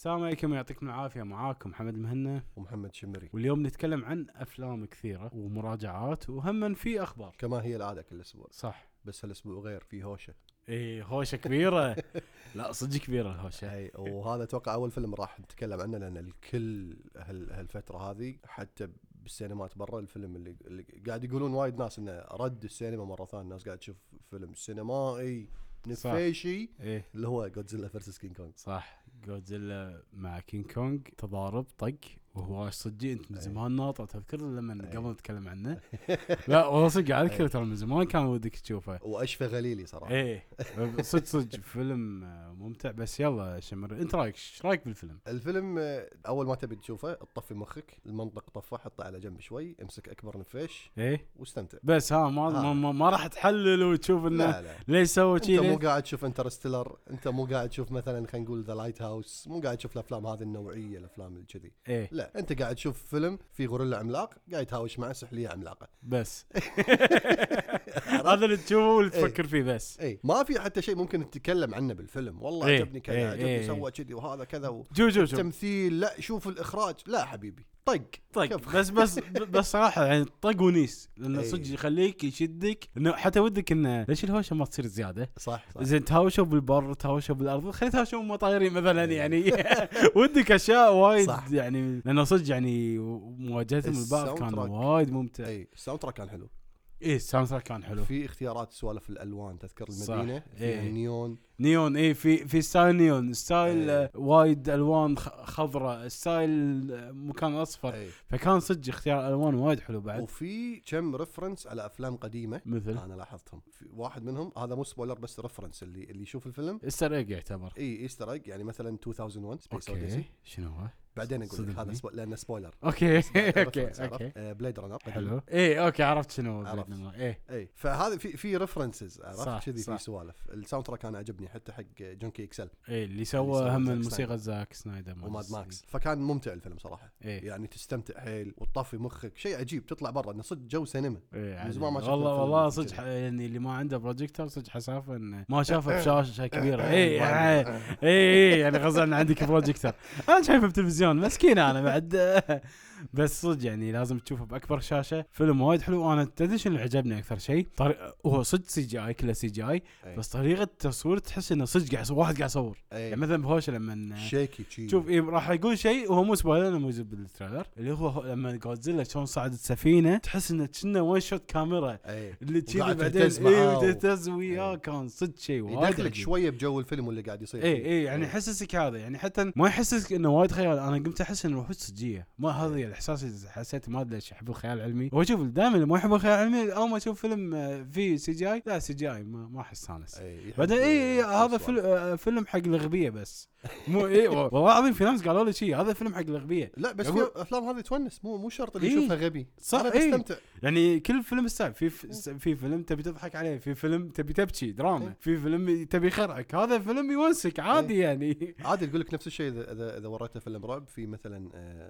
السلام عليكم، يعطيكم العافية. معاكم محمد المهنا ومحمد شمري، واليوم نتكلم عن أفلام كثيرة ومراجعات وهم في أخبار. كما هي العادة كل أسبوع، صح. بس هالأسبوع غير في هوشة. إيه هوشة كبيرة. لا صدق كبيرة الهوشة. أي وهذا أتوقع أول فيلم راح نتكلم عنه، لأن الكل هالفترة هذه حتى بالسينمات برا الفيلم اللي قاعد يقولون وايد ناس إنه رد السينما مرة ثانية. الناس قاعد تشوف فيلم سينمائي نفيشي إيه اللي هو جودزيلا فيرسس كينج كونغ. صح، جودزيلا مع كينج كونغ تضارب طق، وهو صدق انت من زمان ناطر. تذكر لما قبل نتكلم عنه؟ لا والله صدق على كذا، ترى من زمان كان ودك تشوفه. وأشفى غليلي صراحة. ايه صدق فيلم ممتع. بس يلا شمر، انت ايش رايك بالفيلم؟ الفيلم اول ما تبي تشوفه تطفي مخك، المنطق طفه، حطه على جنب شوي، امسك اكبر نفيش ايه واستمتع. بس ما راح تحلل وتشوف انه لا. ليش سوى انت شيء. مو قاعد تشوف انترستيلر، انت مو قاعد تشوف مثلا خلينا نقول ذا لايت هاوس، مو قاعد تشوف الافلام هذه النوعيه، الافلام اللي كذي. ايه لا، انت قاعد تشوف فيلم في غوريلا عملاق قاعد يتهاوش مع سحليه عملاقه بس. هذا اللي تشوفه واللي تفكر فيه بس. اي ما في حتى شيء ممكن نتكلم عنه بالفيلم. والله عجبني كذا، عجبني سوى كذي وهذا كذا جو التمثيل، لا شوف الاخراج، لا حبيبي طق بس صراحه يعني طق ونيس، لانه صدق يخليك يشدك، انه حتى ودك انه ليش الهوشه ما تصير زياده. صح. زين تهاوشوا بالبر، تهاوشوا بالارض، خلي تهاوشوا مطايرين مثلا يعني. ودك اشياء وايد صح. يعني، لانه صدق يعني مواجهتهم البعض كان وايد ممتع. اي الساوند تراك كان حلو. ايه الساوند تراك كان حلو. في اختيارات سوالف الالوان، تذكر المدينه فيها نيون. ايه في ستايل نيون، ستايل وايد الوان خضراء، ستايل مكان اصفر. فكان صدق اختيار الالوان وايد حلو بعد. وفي كم ريفرنس على افلام قديمه مثل انا لاحظتهم. في واحد منهم هذا مو سبويلر بس ريفرنس، اللي يشوف الفيلم استر ايج يعتبر. اي ايستر ايج، يعني مثلا 2001 سبيس اوديسي. شنو هو؟ بعدين اقول لك هذا لانه سبويلر. اوكي بليد رانر حلو. ايه اوكي عرفت شنو عرفت. ايه فهذا في ريفرنسز، عرفت كذي، في صح. سوالف. الساوند تراك انا عجبني حتى حق جونكي اكسل، ايه اللي سوى هم الموسيقى زاك سنايدر وماد ماكس. فكان ممتع الفيلم صراحه. يعني تستمتع حيل وتطفي مخك، شيء عجيب، تطلع برا انه صدق جو سينما. يعني والله صدق يعني اللي ما عنده بروجيكتور صدق حسافه انه ما شافه بشاشه كبيره. ايه يعني غصب عندك بروجيكتور، انا شايفه بتلفزيون مسكين انا بعد. بس صدق يعني لازم تشوفه باكبر شاشه. فيلم وايد حلو. انا تدري شنو اللي عجبني اكثر شيء؟ هو صدق سي جي اي، كله سي جي اي، بس طريقه التصوير تحس انه صدق قاعد واحد قاعد يصور. يعني مثلا بهوشه لما شيكي شوف راح يقول شيء وهو مو سبويلر، انه موجود بالتريلر، اللي هو لما جودزيلا شلون صعد السفينه، تحس انه كنا وين شوت كاميرا اللي تشيل بعدين تهتز وياه. كان صدق شيء وايد يدخلك شويه بجو الفيلم واللي قاعد يصير. يعني يحسسك هذا، يعني حتى ما يحسسك انه وايد خيال. انا قمت احس انه وحوش صجيه، ما هذا الاحساس اللي حسيت. ما ادري ليش احب الخيال العلمي. هو شوف دائما اللي ما يحب الخيال العلمي اول ما اشوف فيلم فيه سي جي اي، لا سي جي اي ما احس انس. بعدين هذا فيلم حق الاغبياء بس. مو والله العظيم في ناس قالوا لي شيء هذا فيلم حق الاغبياء. لا بس في افلام هذه تونس، مو شرط اللي يشوفها غبي. صح. تستمتع يعني كل فيلم ستايل. في فيلم تبي تضحك عليه، في فيلم تبي تبكي دراما، في فيلم تبي خرعك، هذا فيلم يونسك عادي. يعني عادي تقول لك نفس الشيء اذا وريته فيلم رعب في مثلا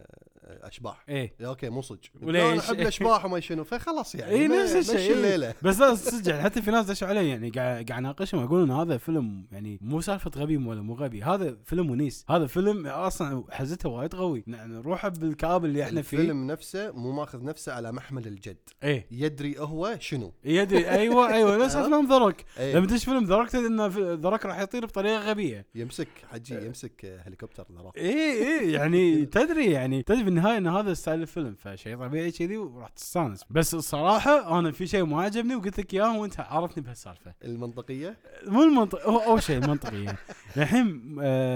اشباح. اوكي مو صدق، انا احب الاشباح وما شنو، فخلاص يعني نفس الشيء. بس لا صدق حتى في ناس دشوا عليه، يعني قاعد ناقشهم يقولون هذا فيلم يعني مو سالفه غبي ولا مو غبي، هذا فيلم ونيس. هذا فيلم اصلا حزته وايد قوي، نروح بالكاب اللي احنا فيه. الفيلم نفسه مو ماخذ نفسه على محمل الجد. يدري هو شنو، يدري. ايوه نفس افلام ذرك. لما تدش فيلم ذرك تدري ان ذرك راح يطير بطريقه غبيه، يمسك يمسك هليكوبتر ذرك. يعني تدري بالنهايه ان هذا ستايل الفيلم، فشيء طبيعي كذي وراح تستانس. بس الصراحه انا في شيء ما عجبني وقلت لك اياه وانت عرفتني بهالسالفه. المنطقيه مو المنطق، هو اول شيء المنطقيه. الحين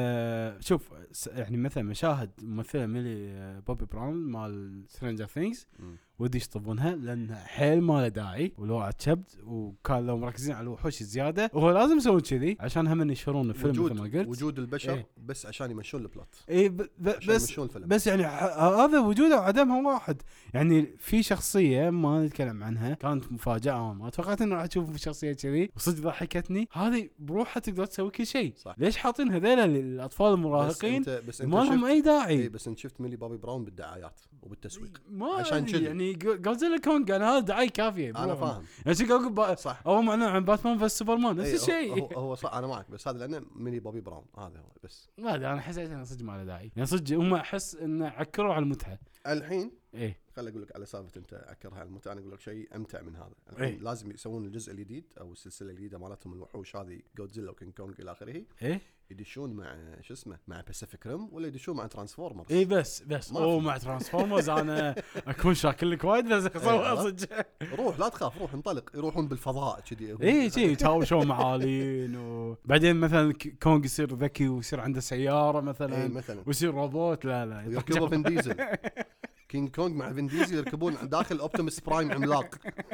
شوف يعني مثلا مشاهد ممثله ميلي بوبي براون مال سترينجر ثينجز ودي يشطبونها لان حيل ما له داعي، ولو عتشبد، وكان لو مركزين على الوحوش زياده، وهو لازم يسوون كذي عشان هم ينشرون الفيلم مثل ما قلت. وجود البشر بس عشان يمشون البلوت. بس يعني هذا وجوده وعدمه واحد. يعني في شخصيه ما نتكلم عنها كانت مفاجاه، ما توقعت انه راح اشوف شخصيه كذي وصدق ضحكتني. هذه بروحها تقدر تسوي كل شيء. ليش حاطين هذول للاطفال المراهقين بس ما لهم اي داعي. بس انت شفت ميلي بوبي براون بالدعايات وبالتسويق عشان كذي يعني جودزيلا كونغ انا هذا دعايه كافيه. انا فاهم يعني شو اقول صح. هو معناه عن باتمان في سوبرمان نفس الشيء. هو صح انا معك، بس هذا لانه ميلي بوبي براون هذا هو بس. ما ادري انا حسيت انه صدق ما له داعي يعني صدق هم احس انه عكروا على المتعه الحين. ايه خليني اقول لك على سالفه انت عكرها على المتعه، انا اقول لك شيء امتع من هذا. الحين لازم يسوون الجزء الجديد او السلسله الجديده مالتهم الوحوش هذه جودزيلا وكينج كونغ الى اخره. ايه يدشون مع شو اسمه مع باسيفيك ريم ولا يدشون مع ترانسفورمرز. اي بس مع ترانسفورمرز انا اكون شاكل لك وايد بس صدق. روح لا تخاف، روح انطلق، يروحون بالفضاء كذي. اي شيء يتهاوشون معالين وبعدين مثلا كونغ يصير ذكي ويصير عنده سياره مثلا ويصير روبوت. لا يركبوا فين ديزل. كينج كونغ مع فين ديزل يركبون داخل اوبتيموس برايم عملاق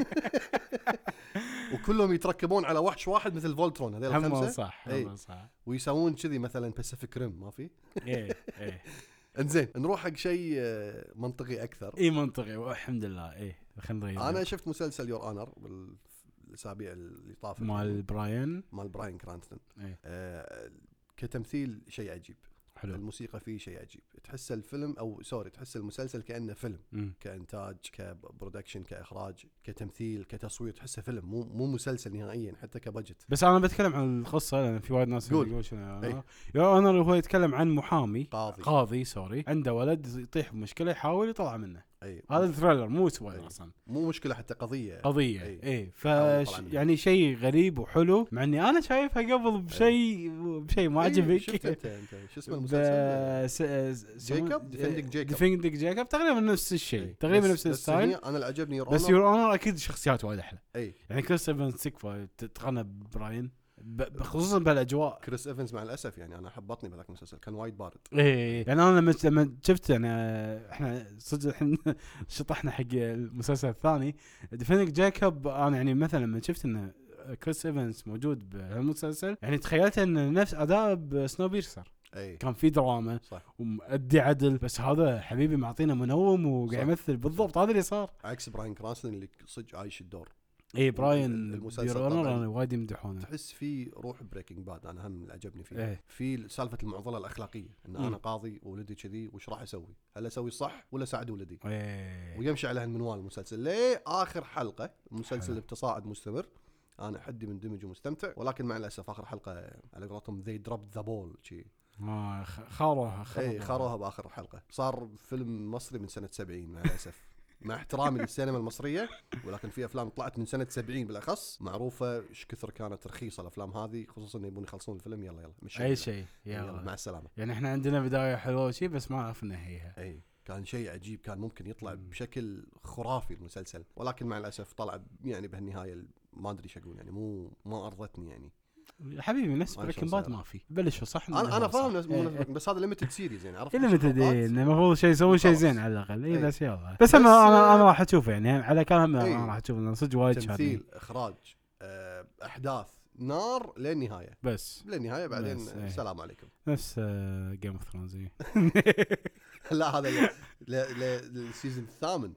وكلهم يتركبون على وحش واحد مثل فولترون هذول الخمسه. صح ويسوون كذي مثلا باسيفيك ريم ما في. ايه انزين نروح حق شيء منطقي اكثر. اي منطقي والحمد لله. ايه خلينا نغير. انا شفت مسلسل يور اونر بالاسابيع اللي طافت مال براين كرانستون. ايه. كتمثيل شيء عجيب. حلو. الموسيقى فيه شيء عجيب. تحس الفيلم تحس المسلسل كأنه فيلم. كإنتاج كبرودكشن كإخراج كتمثيل كتصوير تحسه فيلم مو مسلسل نهائيا حتى كبجت. بس أنا بتكلم عن القصة لأن في وايد ناس يقول شنو أنا هو يتكلم عن محامي قاضي عنده ولد يطيح بمشكلة يحاول يطلع منه. هذا الثريلر مو سوالف اصلا مو مشكله حتى قضيه يعني شيء غريب وحلو مع اني انا شايفها قبل بشيء ما عجبك. شفت انت شو اسمه المسلسل ديفندنج جيكوب تقريبا نفس الشيء تقريبا نفس الستايل. انا اللي عجبني بس يور اونر اكيد شخصيات وايد احلى. يعني كريس ايفنز تكفى تتقنى براين خصوصا بالاجواء. كريس ايفنز مع الاسف يعني انا حبطني بذاك المسلسل كان وايد بارد. يعني انا لما شفت يعني احنا صدق الحين شطحنا حق المسلسل الثاني ديفينينج جاكوب. انا يعني مثلا لما شفت انه كريس ايفنز موجود بهالمسلسل يعني تخيلت انه نفس اداء بسنو بيرسر. كان في دراما ومؤدي عدل بس هذا حبيبي معطينا منوم وقاعد يمثل بالضبط. هذا اللي صار عكس براين كرانستون اللي صدق عايش الدور. براين بيرونر وايد يمدحونه. تحس فيه روح بريكنج باد. انا هم اللي عجبني فيه في سالفه المعضله الاخلاقيه ان انا قاضي وولدي كذي وش راح اسوي؟ هل اسوي صح ولا اساعد ولدي؟ ويمشي على هالمنوال المسلسل ليه اخر حلقه. المسلسل بتصاعد مستمر. انا حدي مندمج ومستمتع ولكن مع الاسف اخر حلقه على قولتهم they dropped the ball شيء خاروها باخر حلقه. صار فيلم مصري من سنه 70 مع الاسف. مع احترامي للسينما المصرية ولكن في أفلام طلعت من سنة 70 بالأخص معروفة إيش كثر كانت رخيصة الأفلام هذه خصوصا إن يبون يخلصون الفيلم. يلا مش أي شيء يلا مع السلامة. يعني إحنا عندنا بداية حلوة شيء بس ما عرفنا هي. كان شيء عجيب كان ممكن يطلع بشكل خرافي المسلسل ولكن مع الأسف طلع يعني بهالنهاية ما أدري إيش أقول يعني ما أرضتني يعني. حبيبي نفس بريكنج باد ما في بلشوا صح. انا فاهم بس هذا ليميتد سيريز يعني عرفت ليميتد المفروض شيء يسوون شيء زين على الاقل. بس يلا بس انا راح اشوفه يعني على كلام انا راح اشوف انه صدق وايد شاطر. تمثيل اخراج احداث نار للنهايه بس للنهايه بعدين السلام عليكم. نفس جيم اوف ثرونز. لا هذا للسيزون الثامن.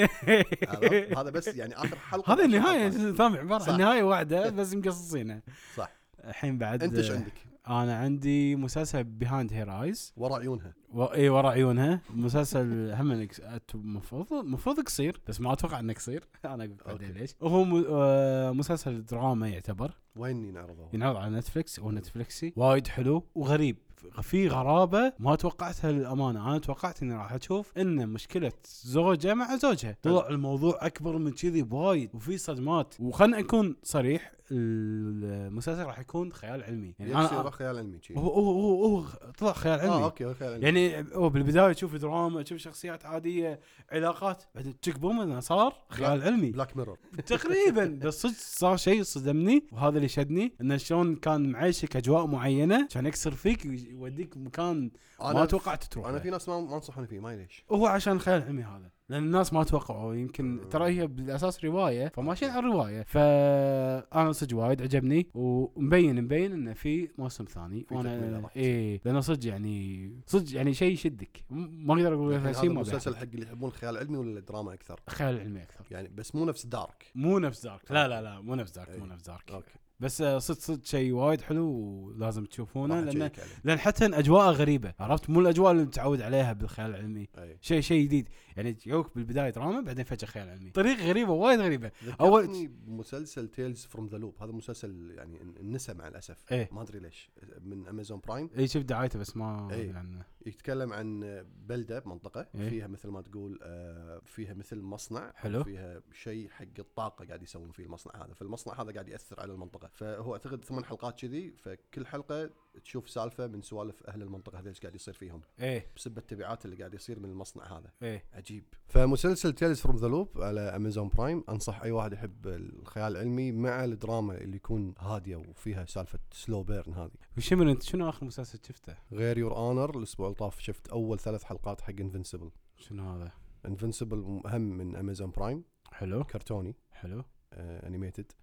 هذا بس يعني اخر حلقه. هذه النهايه الثامن عباره عن نهايه واحده بس مقصصينها صح. الحين بعد انت ايش عندك؟ انا عندي مسلسل بيهايند هير ايز وراء عيونها. وراء عيونها مسلسل هم المفروض قصير بس ما اتوقع انه قصير. انا اقول بعدين ليش. وهو مسلسل دراما يعتبر. وين ينعرض على نتفلكس او نتفلكسي. وايد حلو وغريب في غرابة ما توقعتها للأمانة. أنا توقعت إني راح أشوف إن مشكلة زوجة مع زوجها طلع الموضوع أكبر من كذي بوايد وفي صدمات. وخلنا نكون صريح المسلسل راح يكون خيال علمي يعني أنا خيال علمي شيء هو طلع خيال علمي. أوكي خيال علمي. يعني هو بالبداية تشوف دراما تشوف شخصيات عادية علاقات بعدين تكبر من صار خيال علمي بلاك ميرور تقريبا. بس صار شيء صدمني وهذا اللي شدني إنه شلون كان معيشك أجواء معينة كان يكسر فيك يوديك مكان ما توقعت تروح. أنا في ناس ما انصحوني فيه ما ليش. هو عشان خيال علمي هذا لأن الناس ما توقعوا يمكن ترى هي بالأساس رواية فماشيين على الرواية. فأنا صدق وايد عجبني ومبين إنه في موسم ثاني وأنا لأنه صدق يعني شيء يشدك ما أقدر أقول لك شيء. ما مسلسل حق اللي يحبون الخيال العلمي ولا الدراما أكثر؟ خيال علمي أكثر يعني بس مو نفس دارك. لا مو نفس دارك. مو نفس دارك. أوكي. بس صدق شيء وايد حلو ولازم تشوفونه راح لان أشيك عليه. لان حتى اجواء غريبه، عرفت؟ مو الاجواء اللي متعود عليها بالخيال العلمي، شيء جديد يعني. يجوك بالبدايه دراما بعدين فجاه خيال علمي، طريقه غريبه وايد غريبه. اول مسلسل تيلز فروم ذا لوب، هذا مسلسل يعني النسى مع الاسف ما ادري ليش من امازون برايم. اي شفت دعايته بس ما يعني. يتكلم عن بلده بمنطقه فيها مثل ما تقول فيها مثل مصنع حلو. فيها شيء حق الطاقه قاعد يسوون فيه المصنع هذا، فالمصنع هذا قاعد ياثر على المنطقه. فهو اعتقد 8 حلقات كذي، فكل حلقه تشوف سالفه من سوالف اهل المنطقه هذول ايش قاعد يصير فيهم بسبب التبعات اللي قاعد يصير من المصنع هذا. عجيب. فمسلسل تيلز فروم ذا لوب على امازون برايم، انصح اي واحد يحب الخيال العلمي مع الدراما اللي يكون هاديه وفيها سالفه سلو بيرن هذه. وشمن انت شنو اخر مسلسل شفته؟ غير يور اونر الاسبوع الطاف شفت اول 3 حلقات حق انفنسبل. شنو هذا؟ انفنسبل هم من امازون برايم. حلو. كرتوني حلو. انيميتد،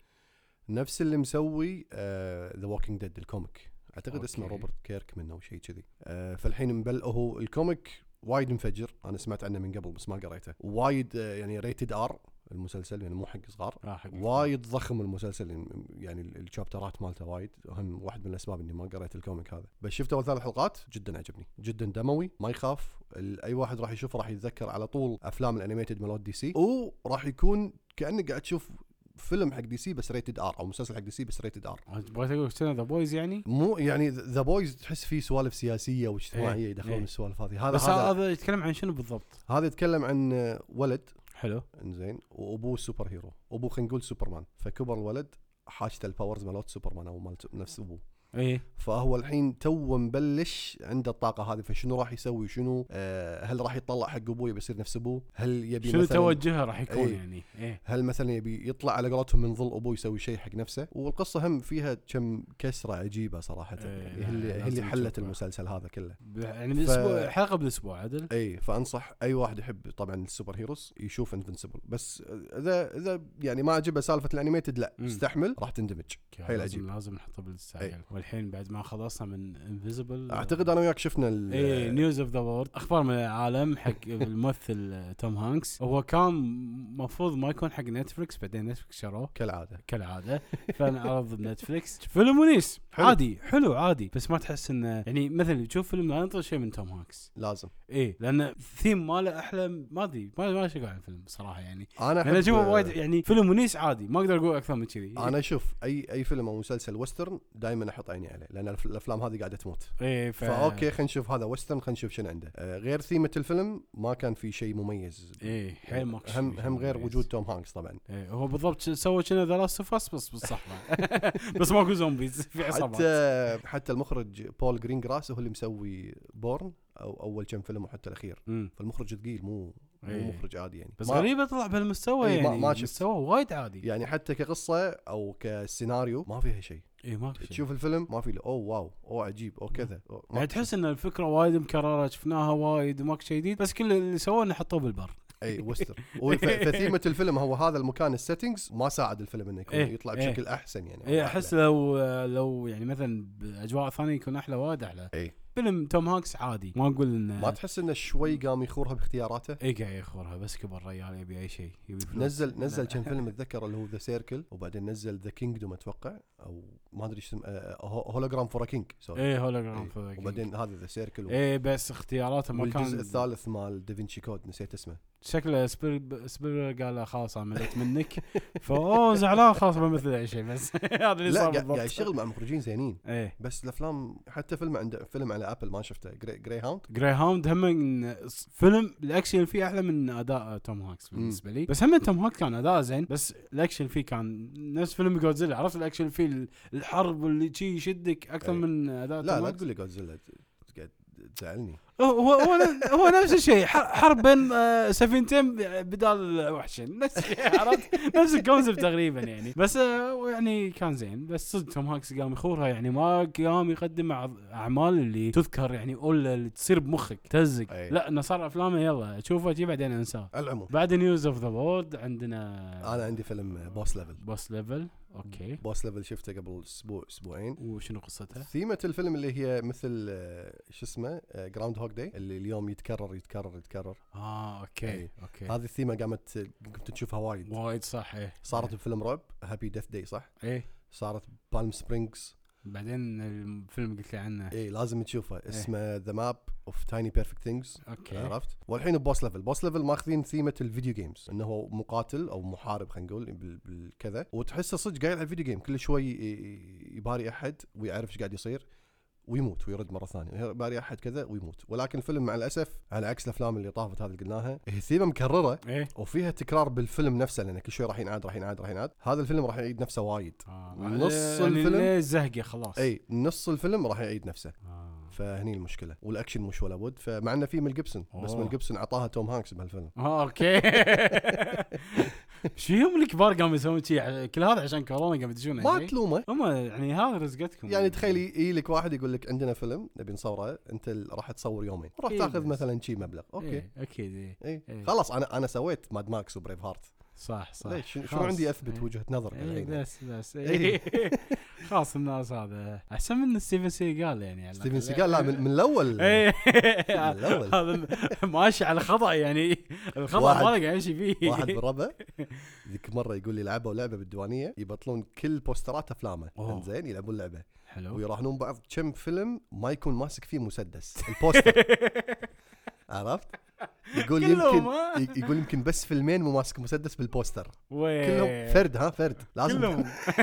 نفس اللي مسوي ذا ووكينج ديد الكوميك، اعتقد اسمه روبرت كيركمان او شيء كذي. فالحين هو الكوميك وايد منفجر، انا سمعت عنه من قبل بس ما قريته. وايد يعني ريتد ار المسلسل، يعني مو حق صغار. وايد ضخم المسلسل، يعني الشابترات مالته وايد، هم واحد من الاسباب اني ما قريت الكوميك هذا. بس شفت اول 3 حلقات جدا عجبني، جدا دموي ما يخاف. اي واحد راح يشوفه راح يتذكر على طول افلام الانيميتد مالت دي سي، وراح يكون كأنك قاعد تشوف فيلم حق دي سي بس ريتد ار، او مسلسل حق دي سي بس ريتد ار. بغيت اقول شنو ذا بويز يعني؟ مو يعني ذا بويز تحس فيه سوالف سياسيه واجتماعيه يدخلون السوالف هذه. هذا يتكلم عن شنو بالضبط؟ هذا يتكلم عن ولد حلو انزين، وابوه سوبر هيرو، ابوه خلينا نقول سوبرمان. فكبر الولد حاشته الباورز مالت سوبرمان او مالت نفس ابوه. فهو الحين تو مبلش عنده الطاقه هذه، فشنو راح يسوي؟ شنو هل راح يطلع حق ابوه بيصير نفس ابوه؟ هل يبي شنو توجهه راح يكون يعني؟ هل مثلا يبي يطلع على قولتهم من ظل ابوه يسوي شيء حق نفسه؟ والقصه هم فيها كم كسره عجيبه صراحه. يعني هي اللي حلت المسلسل هذا كله يعني بالاسبوع حلقه بالاسبوع عدل. فانصح اي واحد يحب طبعا السوبر هيروز يشوف انفنسبل. بس اذا يعني ما عجبه سالفه الانيميتد لا استحمل راح تندمج. حيل عجيب، لازم نحطه بالسايل. والحين بعد ما خلصنا من انفيزبل اعتقد انا وياك شفنا نيوز اوف ذا وورد، اخبار من العالم حق الممثل توم هانكس. هو كان مفروض ما يكون حق نتفليكس، بعدين نتفليكس شروه كالعاده فنعرض بنتفليكس. فيلم ونيس عادي حلو عادي، بس ما تحس انه يعني مثلا تشوف فيلم لا ينطر شيء من توم هانكس لازم. لان الثيم ماله احلى. ما ادري ما شو قاعد الفيلم بصراحه يعني. انا اشوفه وايد يعني فيلم ونيس عادي، ما اقدر اقول اكثر من كذي. انا اشوف اي فيلم او مسلسل ويسترن دائما احط عيني عليه، لان الافلام هذه قاعده تموت. فاوكي خلينا نشوف هذا ويسترن، خلينا نشوف شنو عنده. غير ثيمه الفيلم ما كان في شيء مميز. حيل هم غير وجود توم هانكس طبعا. هو بالضبط سوى كنا ذا لاست اوف اس بس بالصحراء بس ماكو زومبيز، في عصابات. حتى المخرج بول جرين جراس هو اللي مسوي بورن او اول كم فيلم وحتى الاخير. فالمخرج ثقيل، مو مخرج عادي يعني. بس غريبه طلع بهالمستوى يعني. ما مستوى وايد عادي يعني، حتى كقصه او كسيناريو ما فيها شيء. ما في تشوف الفيلم ما في واو عجيب كذا. يعني تحس ان الفكره وايد مكرره، شفناها وايد وماك شيء جديد، بس كل اللي سووه انه حطوه بالبر. وستر. فثيمة الفيلم هو هذا المكان، السيتنجز ما ساعد الفيلم انه يكون يطلع بشكل احسن يعني. احس لو يعني مثلا باجواء ثانيه يكون احلى، وايد احلى. فيلم توم هانكس عادي، ما اقول انه ما تحس انه شوي قام يخورها باختياراته. قاعد يخورها، بس كبر الرجال يبي اي شيء، يبي فلوس. نزل كم فيلم اتذكر اللي هو ذا سيركل، وبعدين نزل ذا كينجدوم اتوقع، او ما ادري ايش اسمه، هولوجرام فور ا كينج. هولوجرام فور ا كينج. وبعدين هذا ذا سيركل بس اختياراته ما كان. الجزء الثالث مال دافنشي كود نسيت اسمه. شكله سبير قال خلاص عملت منك فهو زعلان خلاص ما مثل اي شيء. بس هذا اللي صار بالضبط. قاعد يشتغل مع مخرجين زينين. بس الافلام حتى فيلم على ابل ما شفته، جراي هاوند هم فيلم الاكشن فيه احلى من اداء توم هانكس بالنسبه لي. بس هم توم هانكس كان اداء زين، بس الاكشن فيه كان نفس فيلم جودزيلا. عرفت الاكشن فيه الحرب اللي شيء يشدك اكثر من اداء توم هانكس. لا تقول لي جودزيلا قاعد تزعلني. هو نفس الشيء، حرب بين سفينتين بدال وحشين، نفس الشيء. عرفت نفس الكونسبت تقريبا يعني. بس يعني كان زين. بس صدق توم هانكس قام يخورها يعني، ما قام يقدم اعمال اللي تذكر يعني، ولا اللي تصير بمخك تزق. لا انه صار افلامه يلا تشوفه جي بعدين انساه. العموم بعد نيوز اوف ذا وورد عندنا، انا عندي فيلم بوس ليفل. اوكي بوس ليفل شفته قبل اسبوعين. وشنو قصتها؟ ثيمة الفيلم اللي هي مثل شو اسمه جراوند هوك داي، اللي اليوم يتكرر. اوكي هذه الثيمة قمت تشوفها وايد صح. صارت بفيلم رعب هابي ديث داي صح. صارت بالم سبرينغز. بعدين الفيلم قلت لي عنه اي لازم تشوفه، اسمه ذا ماب اوف تايني بيرفكت ثينجز. اوكي عرفت. والحين بوس ليفل ماخذين ثيمه الفيديو جيمز، انه هو مقاتل او محارب خلينا نقول بالكذا، وتحسه صدق قاعد على فيديو جيم، كل شوي يباري احد ويعرف ايش قاعد يصير ويموت ويرد مره ثانيه، يباري احد كذا ويموت. ولكن الفيلم مع الاسف على عكس الافلام اللي طافت هذه اللي قلناها، هي ثيمه مكرره وفيها تكرار بالفيلم نفسه، لان كل شوي راح ينعاد. هذا الفيلم راح يعيد نفسه وايد. نص الفيلم زهقه خلاص. اي نص الفيلم راح يعيد نفسه. فهني المشكله. والاكشن مش ولا بد، فمع انه في ميل جيبسون بس ميل جيبسون عطاها توم هانكس بهالفيلم. اوكي. شو هم الكبار قاموا يسوون شيء كل هذا عشان كورونا قاموا يدشون ما تلومه هم، يعني هذا رزقتكم. يعني تخيلي يجي لك واحد يقول لك عندنا فيلم نبي نصوره، انت راح تصور يومين راح تاخذ مثلا شيء مبلغ. اوكي اكيد. خلاص انا سويت ماد ماكس وبريف هارت. صح ليش شنو عندي اثبت وجهة نظر الحين. بس خلاص الناس هذا احسن من ستيفن سيغال. يعني ستيفن سيغال لا من الاول. هذا ماشي على خطأ، يعني الخطأ ما قاعد يمشي فيه. واحد بالربع ذيك مره يقول لي لعبه بالديوانيه يبطلون كل بوسترات افلامه، انزين يلعبون لعبه حلو ويراهنون بعض كم فيلم ما يكون ماسك فيه مسدس البوستر. عرفت. يقول يمكن بس فيلمين مو ماسك مسدس بالبوستر كلهم فرد لازم.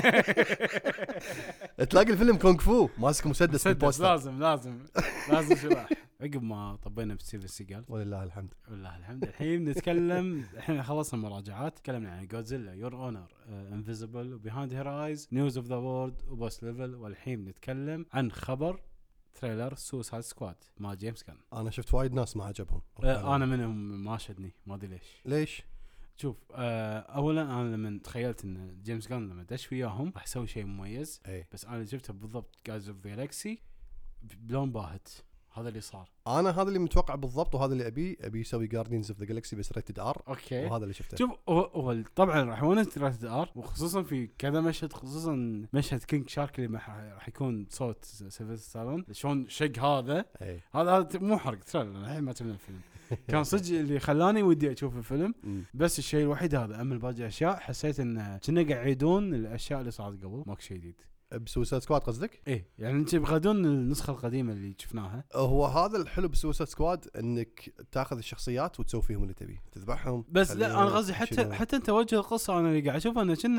تلاقي الفيلم كونغ فو ماسك مسدس بالبوستر. لازم شلاح. عقب ما طبينا بستيفن سيغال ولله الحمد. الحين نتكلم. احنا خلصنا مراجعات، تكلمنا عن جودزيلا، يور اونر، انفيزبل، وبيهايند هير ايز، نيوز اوف ذا وورد، وبوس ليفل. والحين نتكلم عن خبر تريلر سوسايد سكواد مع جيمس جان. انا شفت وايد ناس ما عجبهم. انا منهم ما شدني، ما ادري ليش. شوف اولا انا لما تخيلت ان جيمس جان لما دش وياهم راح يسوي شيء مميز. بس انا شفته بالضبط جايز اوف ذا جالاكسي بلون باهت. هذا اللي صار. انا هذا اللي متوقع بالضبط، وهذا اللي ابي يسوي جاردينز اوف ذا جالكسي بس ريتد ار. اوكي وهذا اللي شفته. شوف هو طبعا راح يونس ريتد ار، وخصوصا في كذا مشهد، خصوصا مشهد كينج شارك اللي راح يكون صوت سيلفستر ستالون شلون شق هذا. هذا مو حرق ترى الحين ما تبين الفيلم. كان صدق اللي خلاني ودي اشوف الفيلم. بس الشيء الوحيد هذا. اما باقي اشياء حسيت ان كنا قاعد يعيدون الاشياء اللي صارت قبل، ماكو شيء جديد. بسوسايد سكواد قصدك؟ يعني انت بغدون النسخه القديمه اللي شفناها. هو هذا الحلو بسوسايد سكواد، انك تاخذ الشخصيات وتسوي فيهم اللي تبي، تذبحهم. بس لا انا قصدي حتى انت وجه القصه انا اللي قاعد اشوفه انه كنا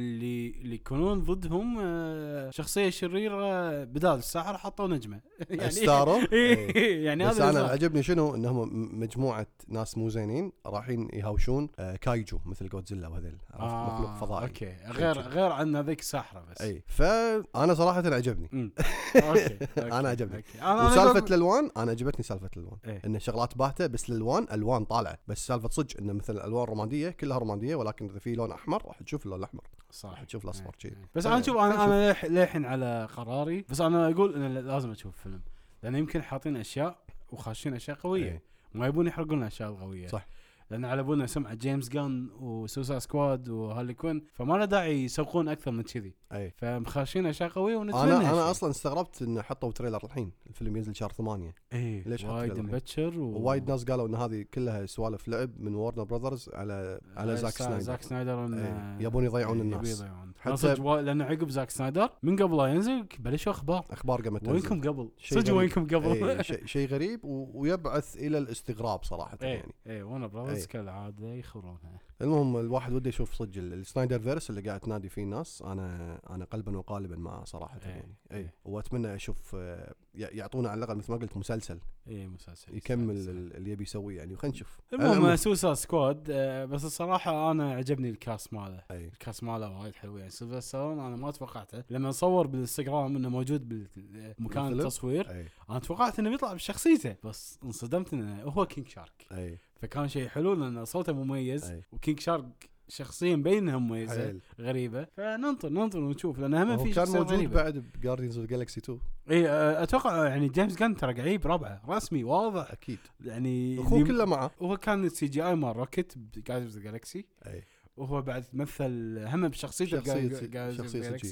اللي يكونون ضدهم شخصيه شريره بدال الساحر حطوا نجمه. يعني ستارو. يعني بس انا عجبني شنو انهم مجموعه ناس مو زينين رايحين يهاوشون كايجو مثل جودزيلا وهذيل مخلوق فضائي. اوكي غير عن هذيك الساحره بس. فانا صراحه عجبني. أوكي. انا عجبني. وسالفه الالوان انا عجبتني سالفه الالوان. ان شغلات باهته بس الالوان الوان طالعه. بس سالفه صدق ان مثل الالوان الرومانيه كلها رومانيه، ولكن اذا في لون احمر راح تشوف اللون الاحمر، صح تشوف الاصفر شيء. بس انا شوف انا للحين على قراري. بس انا اقول ان لازم اشوف فيلم، لان يمكن حاطين اشياء وخاشين اشياء قويه. ما يبون يحرقون الاشياء القويه، صح، لان على بالنا سمعه جيمس جان وسوسا سكواد وهاللي كوين، فما له داعي يسوقون اكثر من كذي. فمخاشين اشياء قويه ونتمنى. انا اصلا استغربت ان حطوا تريلر الحين، الفيلم ينزل شهر 8. ليش وايد مبكر وايد ناس قالوا ان هذه كلها سوالف لعب من وارنر براذرز على زاك سنايدر يبون يضيعون الناس. حتى لان عقب زاك سنايدر من قبل لا ينزل بلشوا اخبار قامت تنزل. وينكم قبل صدق وينكم قبل. شيء غريب ويبعث الى الاستغراب صراحه. يعني وانا براذرز كالعاده يخرونها. المهم الواحد وده يشوف صدق السنايدر فيرس اللي قاعد تنادي فيه الناس. انا قلبا وقالبا معه صراحه. يعني واتمنى اشوف يعطونا على الاقل مثل ما قلت مسلسل يكمل اللي يبي يسويه يعني. وخلينا نشوف. المهم سوسا سكواد. بس الصراحه انا عجبني الكاست ماله. الكاست ماله وايد حلو يعني. سيلفستر انا ما توقعته لما صور بالانستغرام انه موجود بالمكان التصوير. انا توقعت انه بيطلع بشخصيته، بس انصدمت انه هو كينج شارك. فكان شيء حلو لأن صوته مميز. وكينج شارك شخصيا بينها مميزة غريبة. فننطر ونشوف، لأن هم في كان موجود غريبة. بعد بجاردينز اوف جالكسي 2. اتوقع يعني جيمس جان ترى قاعد ربعه رسمي واضح اكيد. يعني اخوه كله معه. هو كان السي جي اي مال روكيت بجاردينز اوف جالكسي. وهو بعد مثل هم بشخصيته جالكسي.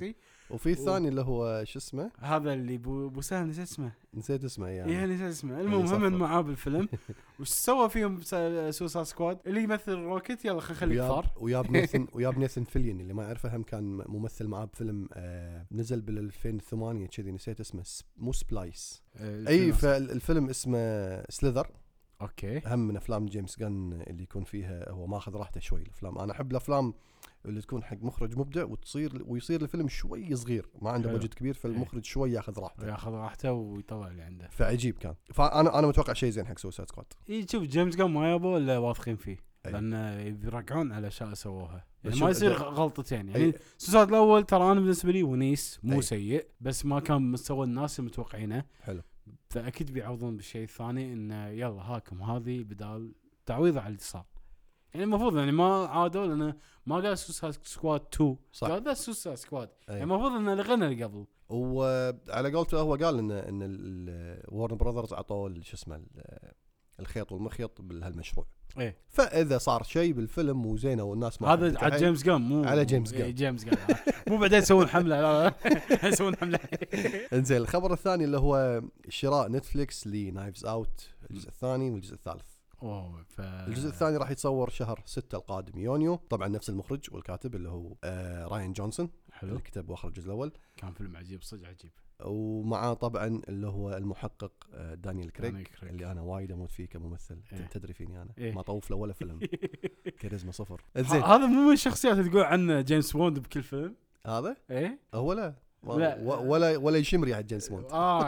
وفي الثاني اللي هو شو اسمه هذا اللي بو سهم نسيت اسمه يعني. ايه نسيت اسمه. المهم من معاه بالفيلم وش سوى فيهم سوسا سكواد اللي يمثل روكيت. يلا خلينا نخليك فار. وياب نيثن فيليون اللي ما يعرفه هم كان ممثل معاه بفيلم نزل بال 2008 كذي نسيت اسمه مو سبلايس. اي فالفيلم اسمه سليذر. اوكي. هم من افلام جيمس جان اللي يكون فيها هو ماخذ راحته شوي. الافلام انا احب الافلام اللي تكون حق مخرج مبدع ويصير الفيلم شوي صغير ما عنده بجت كبير فالمخرج شوي ياخذ راحته ويطلع اللي عنده. فعجيب كان. فانا متوقع شيء زين حق سوسايد سكواد. شوف جيمس جان ما يبوا الا واثقين فيه لان يرجعون على اشياء سووها يعني ما يصير غلطتين يعني. سوسايد الاول ترى انا بالنسبه لي ونيس مو سيء بس ما كان مستوى الناس المتوقعينه. حلو. فاكيد بيعوضون بالشيء الثاني انه يلا هاكم هذه بدال تعويض على اللي صار. يعني المفروض يعني ما عادوا لأنه ما قال سوسايد سكواد 2 قال ذا سوسايد سكواد. يعني المفروض انه لغنا اللي قبل. وعلى قولته هو قال ان وارن براذرز عطوه شو اسمه الخيط والمخيط بهالمشروع. ايه فاذا صار شيء بالفيلم مو زينه والناس ما هذا على جيمس جان مو على جيمس جان. جيمس جان مو بعدين يسوون حمله. لا يسوون حمله. انزين الخبر الثاني اللي هو شراء نتفليكس لنايفز اوت الجزء الثاني والجزء الثالث. الجزء الثاني راح يتصور شهر 6 القادم يونيو. طبعا نفس المخرج والكاتب اللي هو راين جونسون. حلو. اللي كتب واخرج الجزء الاول. كان فيلم عجيب صدق عجيب. ومعاه طبعا اللي هو المحقق دانيال كريغ اللي انا وايد اموت فيه كممثل. تدري فيني انا ما طوف له ولا فيلم. كاريزما صفر. هذا مو من الشخصيات اللي تقول عنه جيمس بوند بكل فيلم. هذا هو لا ولا يشم ريحه جيمس بوند.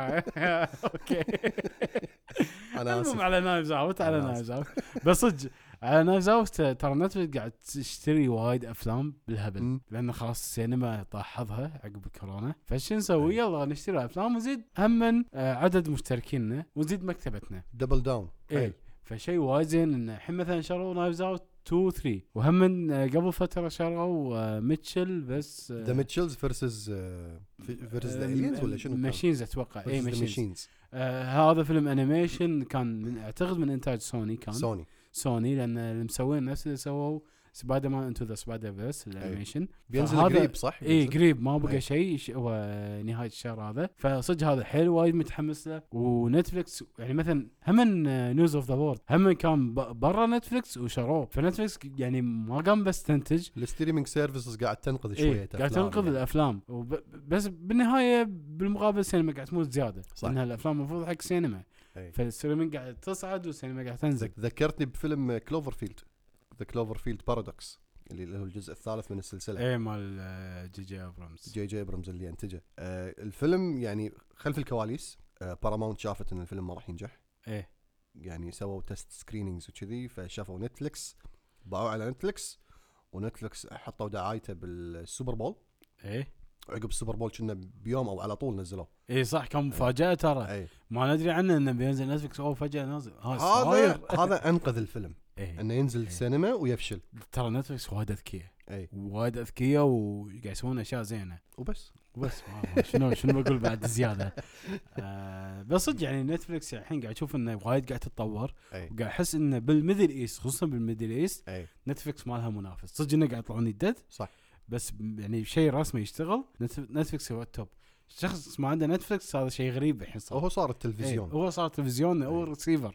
اوكي. انا اسف على نايفز اوت بس صدق على نايفز اوت ترى نتفلكس قاعد تشتري وايد افلام بالهبل لان خلاص السينما طاح حظها عقب كورونا. فايش نسوي؟ يلا نشتري افلام ونزيد هم عدد مشتركيننا ونزيد مكتبتنا دبل داون. فشيء وايد زين ان الحين مثلا شروا نايفز اوت 2 3 وهم من قبل فتره شروا ميتشل بس ذا ميتشلز فيرسز ذا الينز ولا شنو ماشينز اتوقع. اي ماشينز. هذا فيلم انيميشن كان من اعتقد من انتاج سوني. كان سوني لان اللي مسوين نفس اللي سووا سبايدر مان انتو ذا سبايدر فيرس الانيميشن. بينزل قريب صح؟ قريب ما بقى شيء هو نهاية الشهر هذا. فصدق هذا حلو وايد متحمس له. ونتفلكس يعني مثلا هم نيوز اوف ذا وورد هم كان برا نتفلكس وشروه. فنتفلكس يعني ما قام بس تنتج. الستريمينج سيرفيسز قاعد تنقذ شويه قاعد تنقذ يعني. الافلام بس بالنهايه بالمقابل السينما قاعد تموت زياده لان الافلام المفروض حق سينما. فالستريمينج قاعد تصعد والسينما قاعد تنزل. ذكرتني بفيلم كلوفرفيلد ذا كلوفرفيلد بارادوكس اللي هو الجزء الثالث من السلسله. مال جي ابرامز اللي انتجه. الفيلم يعني خلف الكواليس باراماونت شافت ان الفيلم ما راح ينجح. يعني سووا تست سكرينينجز وكذي فشافوا نتفليكس باعوا على نتفليكس ونتفليكس حطوا دعايته بالسوبر بول. عقب السوبر بول كنا بيوم او على طول نزلوه. صح كان مفاجاه ترى. ما ندري عنه انه بينزل نتفليكس فجاه نازل. هذا انقذ الفيلم. انه ينزل السينما ويفشل. ترى نتفليكس وايد اذكياء وقاعد يسوون اشياء زينه وبس شنو بقول بعد زياده. بس صدق يعني نتفليكس الحين قاعد اشوف انه وايد قاعد تتطور وقاعد احس انه بالميدل ايست خصوصا بالميدل ايست نتفليكس ما لها منافس. صدق انه قاعد يطلعون يدد صح بس يعني شيء رسمي يشتغل. نتفليكس هو التوب. شخص ما عنده نتفليكس هذا شيء غريب الحين صار. هو صار التلفزيون. هو صار التلفزيون او ريسيفر.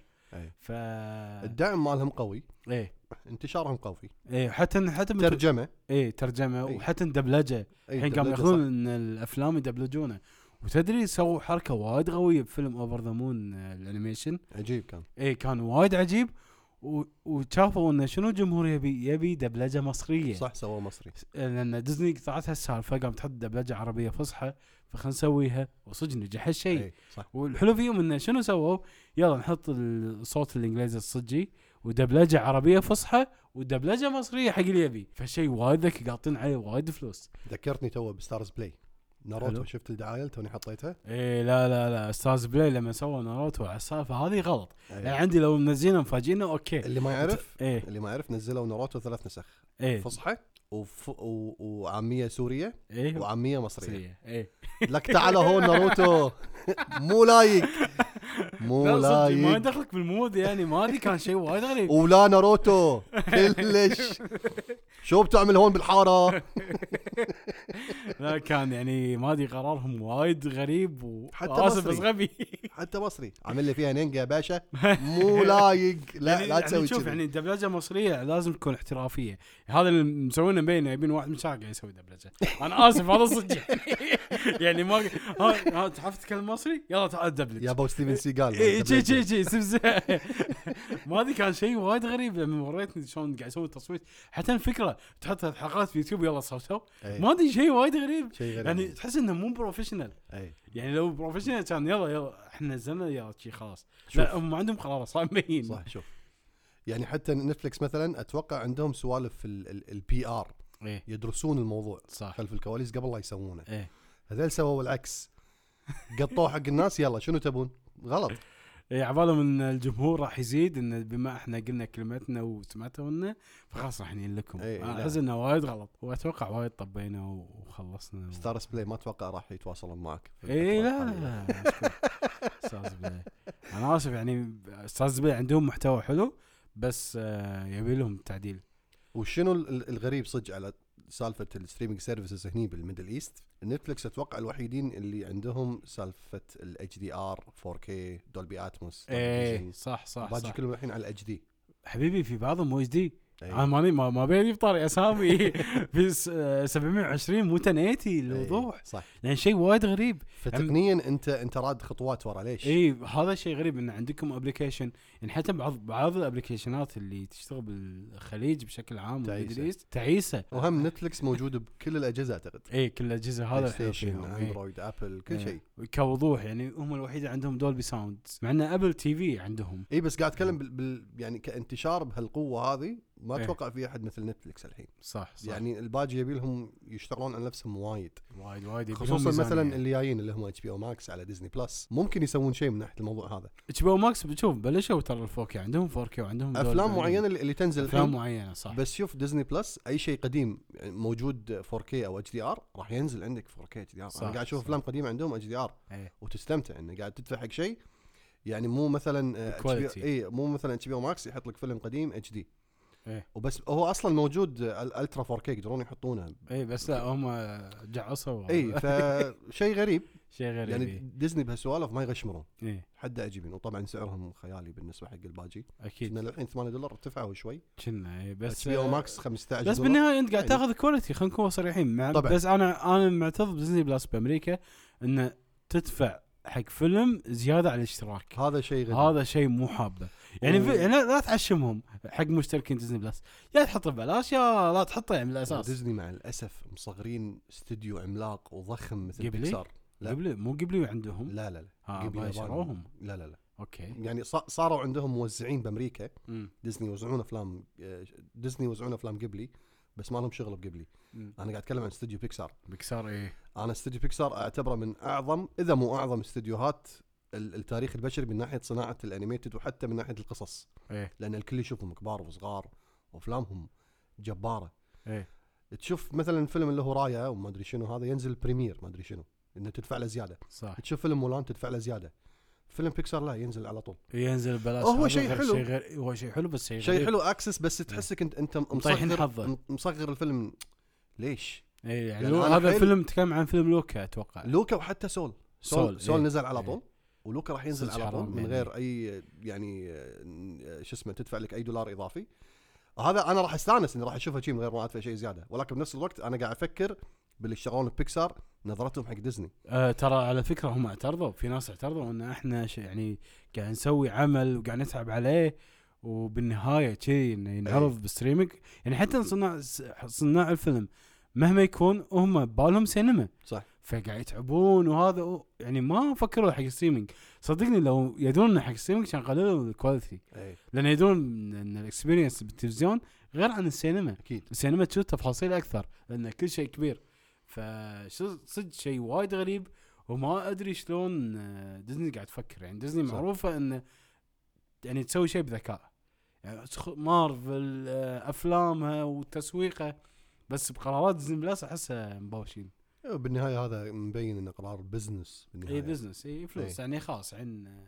الدعم مالهم قوي. انتشارهم قوي. حتى ترجمه. ترجمه وحتى دبلجه. الحين قاموا ياخذون ان الافلام يدبلجونها. وتدري سووا حركه وايد قويه بفيلم اوفر ذا مون الانيميشن. عجيب كان. كان وايد عجيب. وشافوا انه شنو الجمهور يبي دبلجه مصريه. صح سووا مصري لان ديزني قطعتها السالفه قام تحط دبلجه عربيه فصحى فخلنا نسويها وصدق نجح هالشيء. والحلو فيهم انه شنو سووا يلا نحط الصوت الانجليزي الصجي ودبلجه عربيه فصحى ودبلجه مصريه حق اللي يبي. فشيء وايد ذكي قاطين عليه وايد فلوس. ذكرتني تو بستارز بلاي ناروتو. شفت الدعايه توني حطيتها. لا ستارز بلاي لما سووا ناروتو على السالفه هذه غلط. يعني عندي لو منزلينه مفاجئنا اوكي. اللي ما يعرف نزلوا ناروتو 3 نسخ. فصحى وعاميه سوريه وعاميه مصريه. لك تعال هون ناروتو مو لايك ما يدخلك بالمود يعني ما ادري كان شيء وايد غريب. ولا ناروتو كلش شو بتعمل هون بالحاره؟ لا كان يعني ما ادري قرارهم وايد غريب حتى واسف بس مصري. غبي. حتى مصري عامل لي فيها نينجا يا باشا، مو لايق. لا يعني لا تسوي شوف كذي. يعني دبلجه مصريه لازم تكون احترافيه. هذا اللي مسوينه بينه يبين واحد من الشارقه يسوي دبلجه. انا اسف هذا صدق يعني ما ها تعرف تتكلم مصري يلا تعال دبلج يا ابو ستيفن سيجال اي شي ما ادري كان شيء وايد غريب لما وريتني شلون قاعد يسوي التصويت. حتى الفكره تحط حلقات في يوتيوب يلا صوتوا ما ادري شيء وايد غريب. يعني تحس انه مو بروفيشنال. يعني لو بروفيشنال كان يلا احنا نزلنا يلا شي خلاص. لا هم عندهم قرار صار مبين. صح. شوف يعني حتى نتفلكس مثلا اتوقع عندهم سوالف في البي ار، يدرسون الموضوع صح خلف الكواليس قبل لا يسوونه. هذول سووا العكس، قطوه حق الناس يلا شنو تبون. غلط. عبالهم ان الجمهور راح يزيد ان بما احنا قلنا كلمتنا وسمعتوا لنا فخلاص راح ننقل لكم. انا احس انه وايد غلط واتوقع وايد طبينا وخلصنا. ستارز بلاي ما اتوقع راح يتواصلون معك. لا ستارز بلاي انا اسف يعني ستارز بلاي عندهم محتوى حلو بس يبي لهم تعديل. وشنو الغريب صدق على سالفه الستريمينج سيرفيسز هني بالميدل ايست، نتفلكس اتوقع الوحيدين اللي عندهم سالفه الاتش دي ار 4K دولبي اتموس. صح باجي كلهم الحين على الاتش دي حبيبي. في بعضهم مو اتش دي. انا ما بيني بطاري اسامي في 720 مو 1080 الوضوح. صح يعني شيء وايد غريب. فتقنيا انت راد خطوات ورا. ليش؟ هذا شيء غريب ان عندكم ابلكيشن. يعني حتى بعض الابلكيشنات اللي تشتغل بالخليج بشكل عام تعيسه. وهم نتفلكس موجود بكل الاجهزه اعتقد. كل الاجهزه. هذا الحلو فيهم اندرويد ابل كل شيء كوضوح. يعني هم الوحيد عندهم دولبي ساوند مع ان ابل تي في عندهم. بس قاعد اتكلم يعني كانتشار بهالقوه هذه ما اتوقع في احد مثل نتفلكس الحين. صح يعني الباجي يبي لهم يشتغلون على نفسهم وايد خصوصا مثلا اللي جايين اللي هم اتش بي او ماكس على ديزني بلس ممكن يسوون شيء من ناحيه الموضوع هذا. اتش بي او ماكس بتشوف بلشوا ترى الفوكي عندهم 4K وعندهم افلام معينه اللي تنزل افلام معينه صح. بس شوف ديزني بلس اي شيء قديم موجود 4K او اتش دي ار راح ينزل عندك 4K اتش دي ار. انا قاعد اشوف افلام قديمه عندهم اتش دي ار وتستمتع انه قاعد تدفع حق شيء. يعني مو مثلا مو مثلا اتش بي او ماكس يحط لك فيلم قديم اتش دي وبس. هو اصلا موجود الالترا 4K يقدرون يحطونه. بس لا هم جعصوا. فشيء غريب. غريب يعني ديزني بهالسوالف ما يغشمرون. حد عجيبين. وطبعا سعرهم خيالي بالنسبه حق الباجي. اكيد ان الحين $8 ارتفعوا شوي كنا بس اتش بي او ماكس $15. بس بالنهايه انت قاعد تاخذ كواليتي. خلينا نكون صريحين بس انا معترض بديزني بلس بامريكا انه تدفع حق فيلم زياده على الاشتراك. هذا شيء غريب. هذا شيء مو حابه. يعني لا تعشمهم حق مشتركين ديزني بلس. يا تحطه ببلاش يا لا تحطه يعني بالاساس. ديزني مع الاسف مصغرين استوديو عملاق وضخم مثل بيكسار. مو قبلي عندهم. لا قبلي شروهم. لا اوكي. يعني صاروا عندهم موزعين بامريكا. ديزني يوزعون افلام قبلي بس ما لهم شغل بقبلي. انا قاعد اتكلم عن استوديو بيكسار. انا استوديو بيكسار اعتبره من اعظم اذا مو اعظم استوديوهات التاريخ البشري من ناحيه صناعه الانيميتد وحتى من ناحيه القصص. لان الكل يشوفهم كبار وصغار وافلامهم جباره. تشوف مثلا فيلم اللي هو رايا وما ادري شنو هذا ينزل بريمير ما ادري شنو انه تدفع له زياده. صح. تشوف فيلم مولان تدفع له زياده. فيلم بيكسار لا ينزل على طول. ينزل ببلاش. هو شيء حلو. هو شيء حلو بس شيء حلو اكسس بس تحسك انت مصغر الفيلم. ليش؟ يعني هذا فيلم تكلم عن فيلم لوكا اتوقع. لوكا وحتى سول نزل على طول. ولوكا راح ينزل على طول من غير اي يعني شو اسمه تدفع لك $1 اضافي. هذا انا راح استانس اني راح اشوفها شيء من غير ما ادفع شيء زياده. ولكن بنفس الوقت انا قاعد افكر باللي يشتغلون بيكسار نظرتهم حق ديزني. ترى على فكره هم اعترضوا. في ناس اعترضوا ان احنا يعني قاعد نسوي عمل وقاعد نتعب عليه وبالنهايه شيء ينعرض بالستريمينج. يعني حتى صناع الفيلم مهما يكون هم بالهم سينما صح. فقاعد يتعبون وهذا يعني ما فكروا حق الستريمينج. صدقني لو يدون حق الستريمينج كان قللوا الكواليتي. لان يدون ان الاكسبيرينس بالتلفزيون غير عن السينما. اكيد السينما تشوف تفاصيل اكثر لان كل شيء كبير. فصدق شيء وايد غريب وما ادري شلون ديزني قاعد تفكر. يعني ديزني معروفه ان يعني تسوي شيء بذكاء. يعني مارفل افلامها وتسويقها بس بقرارات ديزني بلس احسها مبوشين. بالنهايه هذا مبين انه قرار بزنس بالنهايه. بزنس فلوس. يعني خلاص عن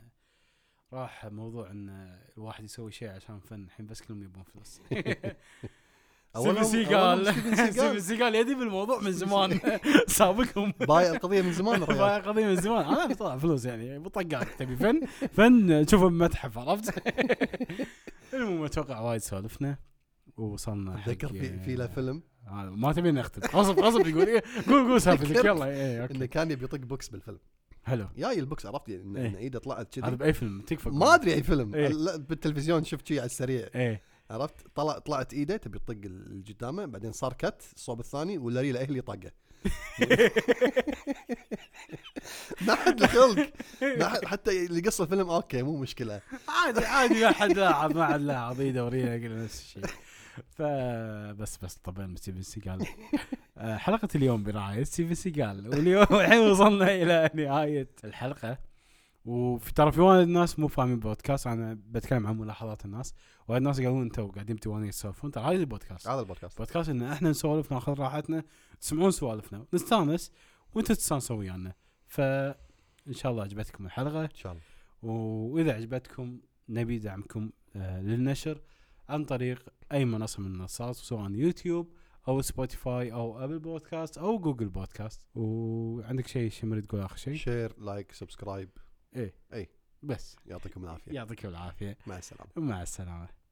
راح موضوع ان الواحد يسوي شيء عشان فن. الحين بس كلهم يبون فلوس. ستيفن سيغال ستيفن سيغال يدي بالموضوع من زمان سابقهم بايع القضيه من زمان الرجال. بايع قضيه من زمان انا بطلع فلوس يعني بطقاك تبي فن تشوفه بمتحف عرفت. المهم اتوقع وايد سولفنا ووصلنا اتذكر في له فيلم ما تبي نختم غصب يقول ايه قول سالفتك يلا ايه اوكي انه كان يبي يطق بوكس بالفيلم حلو جاي البوكس عرفت يعني ان ايده طلعت كذي. هذا باي فيلم تكفى ما ادري اي فيلم إيه. لا بالتلفزيون شفت شيء على السريع ايه عرفت طلعت ايده تبي تطق اللي قدامه بعدين صار كت الصوب الثاني ولا ريله اهلي طقه. ما حد خلق ما حد حتى اللي قص الفيلم اوكي مو مشكله عادي ما حد لاعب ما حد لاعب يدورينا كل نفس الشيء. فبس طبعا ستيفن سيغال. حلقة اليوم برعاية ستيفن سيغال واليوم الحين وصلنا إلى نهاية الحلقة. وفي ترى في وايد ناس مو فاهمين بودكاست. أنا بتكلم عن ملاحظات الناس وايد ناس قالوا أنتوا قاعدين تسولفون تسولفون ترى هذا البودكاست هذا البودكاست بودكاست إن إحنا نسولف ناخذ راحتنا تسمعون سوالفنا نستانس وأنتوا تستانسوا ويانا. فإن شاء الله عجبتكم الحلقة ان شاء الله. وإذا عجبتكم نبي دعمكم للنشر عن طريق أي منصة من المنصات سواء يوتيوب أو سبوتيفاي أو أبل بودكاست أو جوجل بودكاست. وعندك شيء شمري تقول آخر شيء؟ شير لايك سبسكرايب إيه بس يعطيكم العافية. يعطيكم العافية مع السلامة. مع السلامة.